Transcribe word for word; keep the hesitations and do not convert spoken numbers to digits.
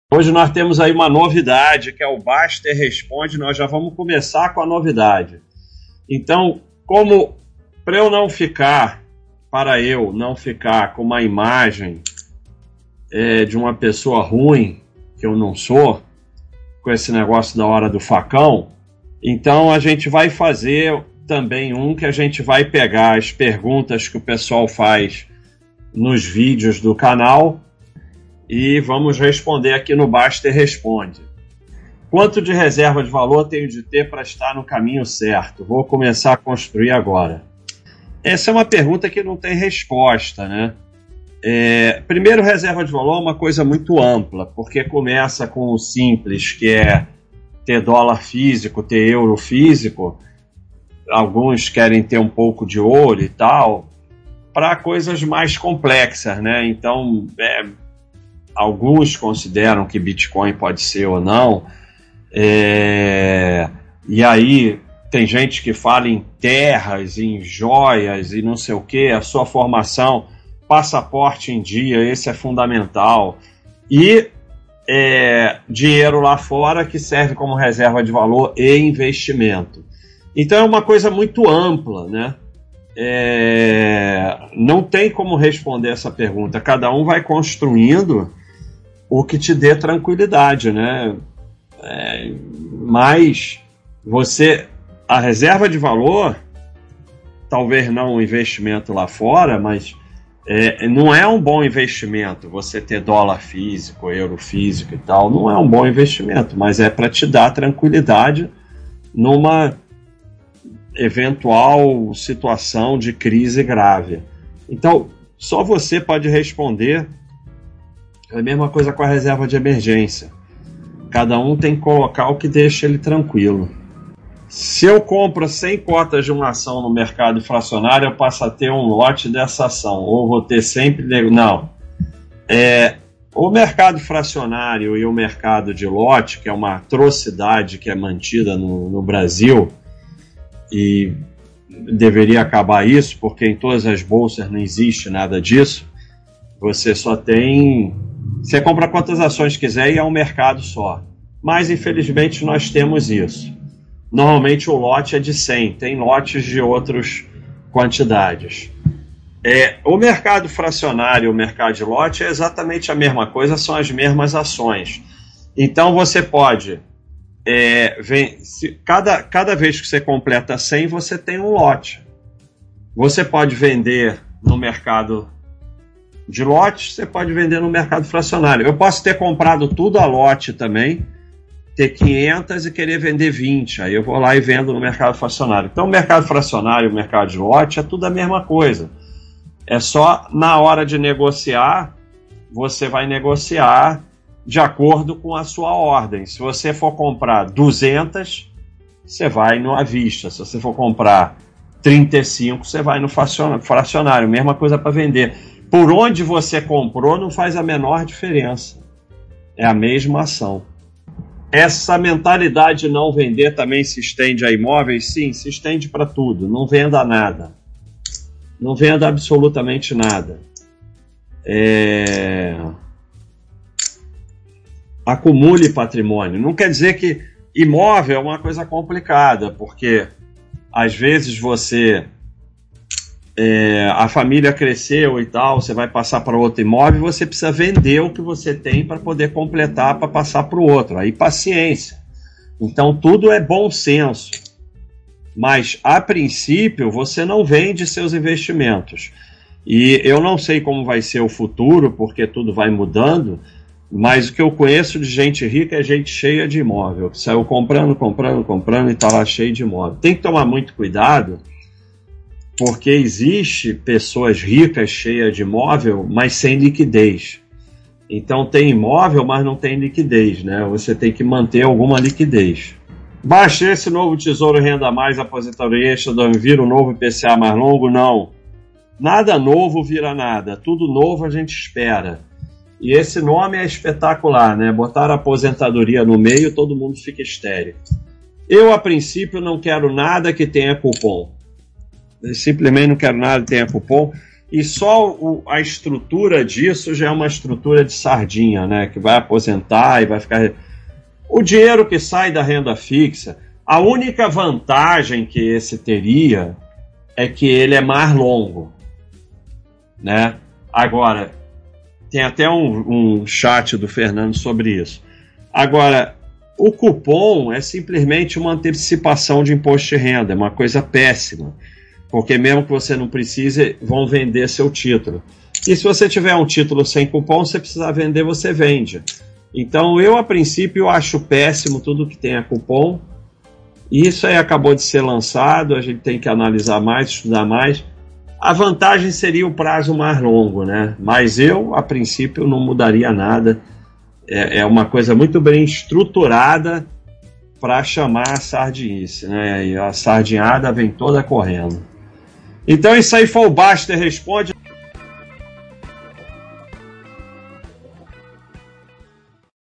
Hoje nós temos aí uma novidade, que é o Baster Responde. Nós já vamos começar com a novidade. Então, como para eu não ficar, para eu não ficar com uma imagem é, de uma pessoa ruim, que eu não sou, com esse negócio da hora do facão, então a gente vai fazer também um que a gente vai pegar as perguntas que o pessoal faz nos vídeos do canal e vamos responder aqui no Baster Responde. Quanto de reserva de valor tenho de ter para estar no caminho certo? Vou começar a construir agora. Essa é uma pergunta que não tem resposta, né? É, primeiro, reserva de valor é uma coisa muito ampla, porque começa com o simples, que é ter dólar físico, ter euro físico. Alguns querem ter um pouco de ouro e tal, para coisas mais complexas, né? Então, é, alguns consideram que Bitcoin pode ser ou não, é, e aí tem gente que fala em terras, em joias e não sei o que, a sua formação, passaporte em dia, esse é fundamental, e é, dinheiro lá fora que serve como reserva de valor e investimento. Então é uma coisa muito ampla, né? É, não tem como responder essa pergunta, cada um vai construindo o que te dê tranquilidade, né? É, mas você, a reserva de valor, talvez não um investimento lá fora, mas é, não é um bom investimento você ter dólar físico, euro físico e tal, não é um bom investimento, mas é para te dar tranquilidade numa eventual situação de crise grave. Então, só você pode responder. É a mesma coisa com a reserva de emergência. Cada um tem que colocar o que deixa ele tranquilo. Se eu compro cem cotas de uma ação no mercado fracionário, eu passo a ter um lote dessa ação. Ou vou ter sempre... Não. É, o mercado fracionário e o mercado de lote, que é uma atrocidade que é mantida no, no Brasil, e deveria acabar isso, porque em todas as bolsas não existe nada disso. Você só tem... Você compra quantas ações quiser e é um mercado só. Mas, infelizmente, nós temos isso. Normalmente o lote é de cem, tem lotes de outras quantidades. É, o mercado fracionário e o mercado de lote é exatamente a mesma coisa, são as mesmas ações. Então você pode... É, vem, se, cada, cada vez que você completa cem, você tem um lote. Você pode vender no mercado de lotes, você pode vender no mercado fracionário. Eu posso ter comprado tudo a lote também, ter quinhentas e querer vender vinte, aí eu vou lá e vendo no mercado fracionário. Então o mercado fracionário e o mercado de lote é tudo a mesma coisa. É só na hora de negociar, você vai negociar de acordo com a sua ordem. Se você for comprar duzentas, você vai no à vista. Se você for comprar trinta e cinco, você vai no fracionário. Mesma coisa para vender. Por onde você comprou não faz a menor diferença. É a mesma ação. Essa mentalidade de não vender também se estende a imóveis? Sim, se estende para tudo. Não venda nada. Não venda absolutamente nada. É... Acumule patrimônio. Não quer dizer que imóvel é uma coisa complicada, porque às vezes você... É, a família cresceu e tal, você vai passar para outro imóvel, você precisa vender o que você tem para poder completar, para passar para o outro. Aí paciência. Então tudo é bom senso. Mas a princípio você não vende seus investimentos. E eu não sei como vai ser o futuro, porque tudo vai mudando, mas o que eu conheço de gente rica é gente cheia de imóvel, que saiu comprando, comprando, comprando e está lá cheio de imóvel. Tem que tomar muito cuidado, porque existe pessoas ricas cheias de imóvel, mas sem liquidez. Então tem imóvel, mas não tem liquidez, né? Você tem que manter alguma liquidez. Baixe esse novo Tesouro Renda Mais, Aposentadoria Extra, vira o novo I P C A mais longo? Não. Nada novo vira nada. Tudo novo a gente espera. E esse nome é espetacular, né? Botar aposentadoria no meio, todo mundo fica estéril. Eu, a princípio, não quero nada que tenha cupom. Eu simplesmente não quero nada que tenha cupom. e só o, a estrutura disso já é uma estrutura de sardinha, né? Que vai aposentar e vai ficar... O dinheiro que sai da renda fixa, a única vantagem que esse teria é que ele é mais longo, né? Agora, tem até um, um chat do Fernando sobre isso. Agora, o cupom é simplesmente uma antecipação de imposto de renda, é uma coisa péssima, porque mesmo que você não precise, vão vender seu título. E se você tiver um título sem cupom, se você precisar vender, você vende. Então, eu, a princípio, acho péssimo tudo que tem a cupom. Isso aí acabou de ser lançado, a gente tem que analisar mais, estudar mais. A vantagem seria o prazo mais longo, né? Mas eu, a princípio, não mudaria nada. É, é uma coisa muito bem estruturada para chamar a sardinice, né? E a sardinhada vem toda correndo. Então, isso aí foi o Baster Responde.